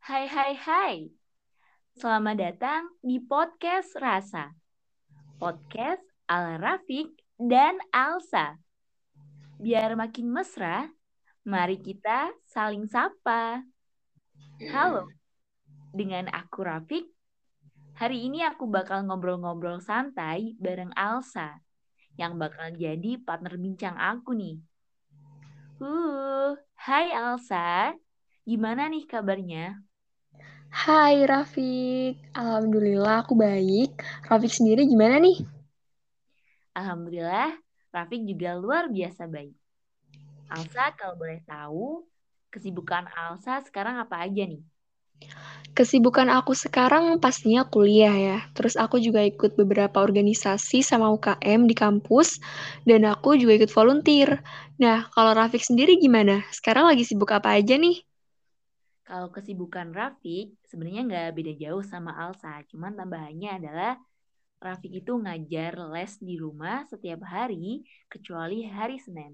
Hai hai hai, selamat datang di podcast Rasa. Podcast ala Rafik dan Alsa. Biar makin mesra, mari kita saling sapa. Halo, dengan aku Rafik. Hari ini aku bakal ngobrol-ngobrol santai bareng Alsa, yang bakal jadi partner bincang aku nih. Hai Alsa, gimana nih kabarnya? Hai Rafik, Alhamdulillah aku baik. Rafik sendiri gimana nih? Alhamdulillah, Rafik juga luar biasa baik. Alsa, kalau boleh tahu, kesibukan Alsa sekarang apa aja nih? Kesibukan aku sekarang pastinya kuliah ya. Terus aku juga ikut beberapa organisasi sama UKM di kampus, dan aku juga ikut volunteer. Nah, kalau Rafik sendiri gimana? Sekarang lagi sibuk apa aja nih? Kalau kesibukan Rafik, sebenarnya nggak beda jauh sama Alsa. Cuman tambahannya adalah Rafik itu ngajar les di rumah setiap hari, kecuali hari Senin.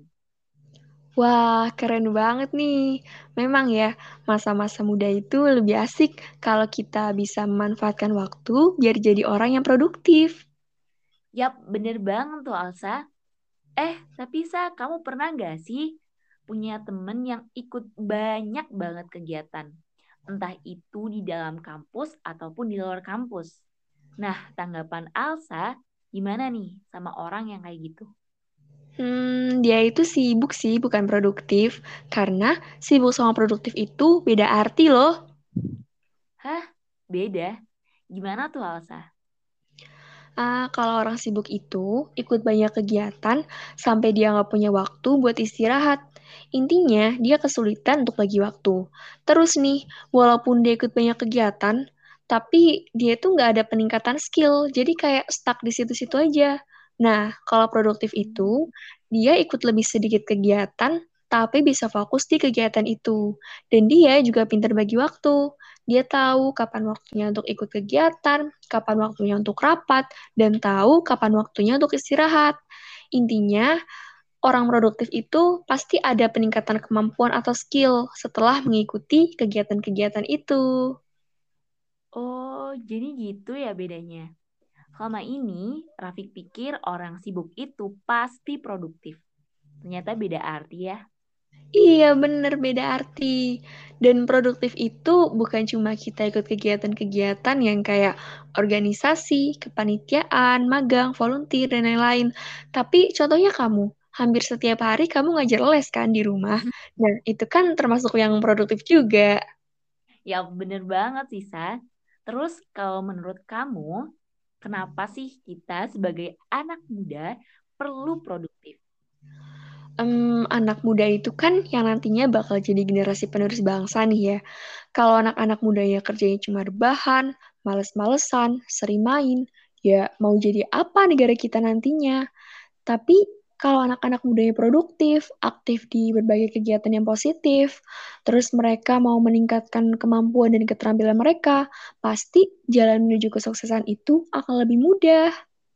Wah, keren banget nih. Memang ya, masa-masa muda itu lebih asik kalau kita bisa memanfaatkan waktu biar jadi orang yang produktif. Yap, bener banget tuh Alsa. Tapi kamu pernah nggak sih punya temen yang ikut banyak banget kegiatan? Entah itu di dalam kampus ataupun di luar kampus. Nah, tanggapan Alsa gimana nih sama orang yang kayak gitu? Dia itu sibuk sih, bukan produktif. Karena sibuk sama produktif itu beda arti loh. Hah? Beda? Gimana tuh Alsa? Kalau orang sibuk itu ikut banyak kegiatan sampai dia nggak punya waktu buat istirahat. Intinya, dia kesulitan untuk bagi waktu. Terus nih, walaupun dia ikut banyak kegiatan, tapi dia tuh nggak ada peningkatan skill, jadi kayak stuck di situ-situ aja. Nah, kalau produktif itu, dia ikut lebih sedikit kegiatan, tapi bisa fokus di kegiatan itu. Dan dia juga pintar bagi waktu. Dia tahu kapan waktunya untuk ikut kegiatan, kapan waktunya untuk rapat, dan tahu kapan waktunya untuk istirahat. Intinya, orang produktif itu pasti ada peningkatan kemampuan atau skill setelah mengikuti kegiatan-kegiatan itu. Oh, jadi gitu ya bedanya. Selama ini, Rafik pikir orang sibuk itu pasti produktif. Ternyata beda arti ya. Iya, bener beda arti. Dan produktif itu bukan cuma kita ikut kegiatan-kegiatan yang kayak organisasi, kepanitiaan, magang, volunteer, dan lain-lain. Tapi contohnya kamu, hampir setiap hari kamu ngajar les kan di rumah. Nah, itu kan termasuk yang produktif juga. Ya bener banget sih, Sa. Terus kalau menurut kamu, kenapa sih kita sebagai anak muda perlu produktif? Anak muda itu kan yang nantinya bakal jadi generasi penerus bangsa nih ya. Kalau anak-anak mudanya kerjanya cuma rebahan, males-malesan, sering main, ya mau jadi apa negara kita nantinya? Tapi kalau anak-anak mudanya produktif, aktif di berbagai kegiatan yang positif, terus mereka mau meningkatkan kemampuan dan keterampilan mereka, pasti jalan menuju kesuksesan itu akan lebih mudah.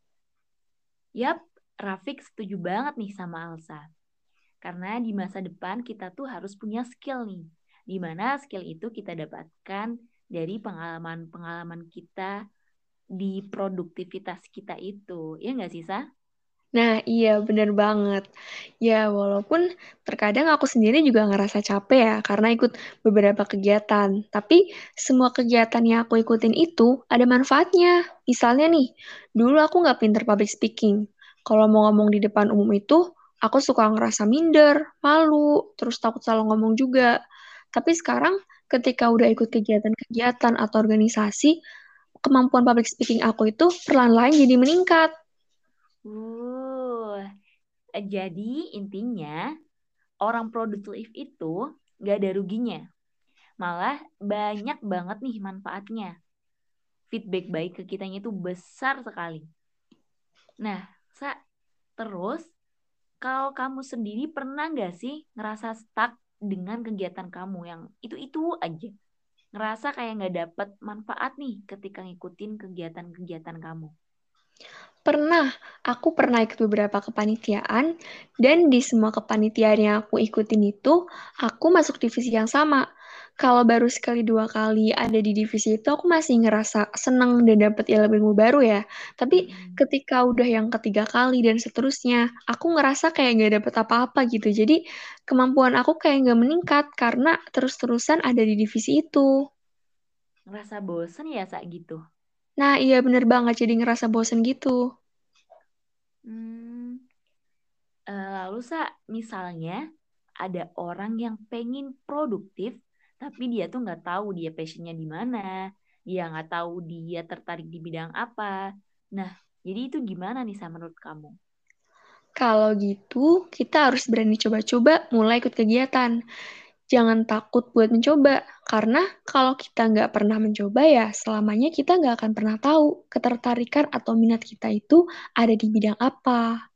Yap, Rafik setuju banget nih sama Alsa. Karena di masa depan kita tuh harus punya skill nih. Di mana skill itu kita dapatkan dari pengalaman-pengalaman kita di produktivitas kita itu. Iya nggak sih, Sa? Nah, iya bener banget. Ya, walaupun terkadang aku sendiri juga ngerasa capek ya, karena ikut beberapa kegiatan. Tapi semua kegiatan yang aku ikutin itu ada manfaatnya. Misalnya nih, dulu aku nggak pinter public speaking. Kalau mau ngomong di depan umum itu, aku suka ngerasa minder, malu, terus takut salah ngomong juga. Tapi sekarang, ketika udah ikut kegiatan-kegiatan atau organisasi, kemampuan public speaking aku itu perlahan-lahan jadi meningkat. Uh, jadi intinya orang produktif itu nggak ada ruginya. Malah banyak banget nih manfaatnya. Feedback baik ke kitanya itu besar sekali. Nah, Sa, terus kalau kamu sendiri pernah nggak sih ngerasa stuck dengan kegiatan kamu yang itu-itu aja? Ngerasa kayak nggak dapet manfaat nih ketika ngikutin kegiatan-kegiatan kamu. Pernah, aku pernah ikut beberapa kepanitiaan, dan di semua kepanitiaan yang aku ikutin itu, aku masuk divisi yang sama. Kalau baru sekali dua kali ada di divisi itu, aku masih ngerasa seneng dan dapet ilmu baru ya. Tapi Mm-mm. ketika udah yang ketiga kali dan seterusnya, aku ngerasa kayak nggak dapet apa-apa gitu. Jadi kemampuan aku kayak nggak meningkat karena terus-terusan ada di divisi itu. Ngerasa bosen ya saat gitu. Nah, iya bener banget, jadi ngerasa bosen gitu. Hmm, lalu misalnya ada orang yang pengen produktif, tapi dia tuh nggak tahu dia passionnya di mana, dia nggak tahu dia tertarik di bidang apa. Nah, jadi itu gimana nih menurut kamu? Kalau gitu, kita harus berani coba-coba mulai ikut kegiatan. Jangan takut buat mencoba, karena kalau kita nggak pernah mencoba ya, selamanya kita nggak akan pernah tahu ketertarikan atau minat kita itu ada di bidang apa.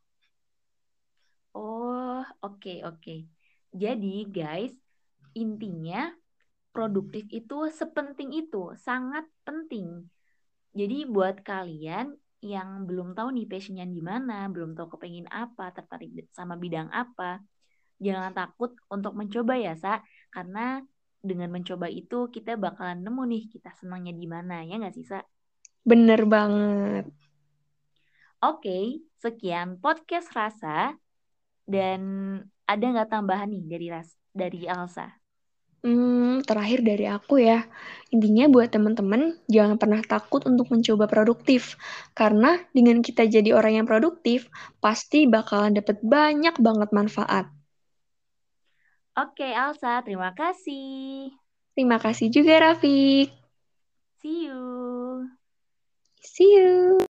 Oh, oke, oke. Jadi, guys, intinya produktif itu sepenting itu, sangat penting. Jadi buat kalian yang belum tahu nih passionnya di mana, belum tahu kepengen apa, tertarik sama bidang apa, jangan takut untuk mencoba ya, karena dengan mencoba itu kita bakalan nemu nih kita senangnya di mana, ya nggak sih, Sa? Bener banget. Oke, sekian podcast Rasa dan ada nggak tambahan nih dari Elsa? Terakhir dari aku ya, intinya buat teman-teman jangan pernah takut untuk mencoba produktif, karena dengan kita jadi orang yang produktif, pasti bakalan dapet banyak banget manfaat. Oke, Elsa, terima kasih. Terima kasih juga, Rafik. See you. See you.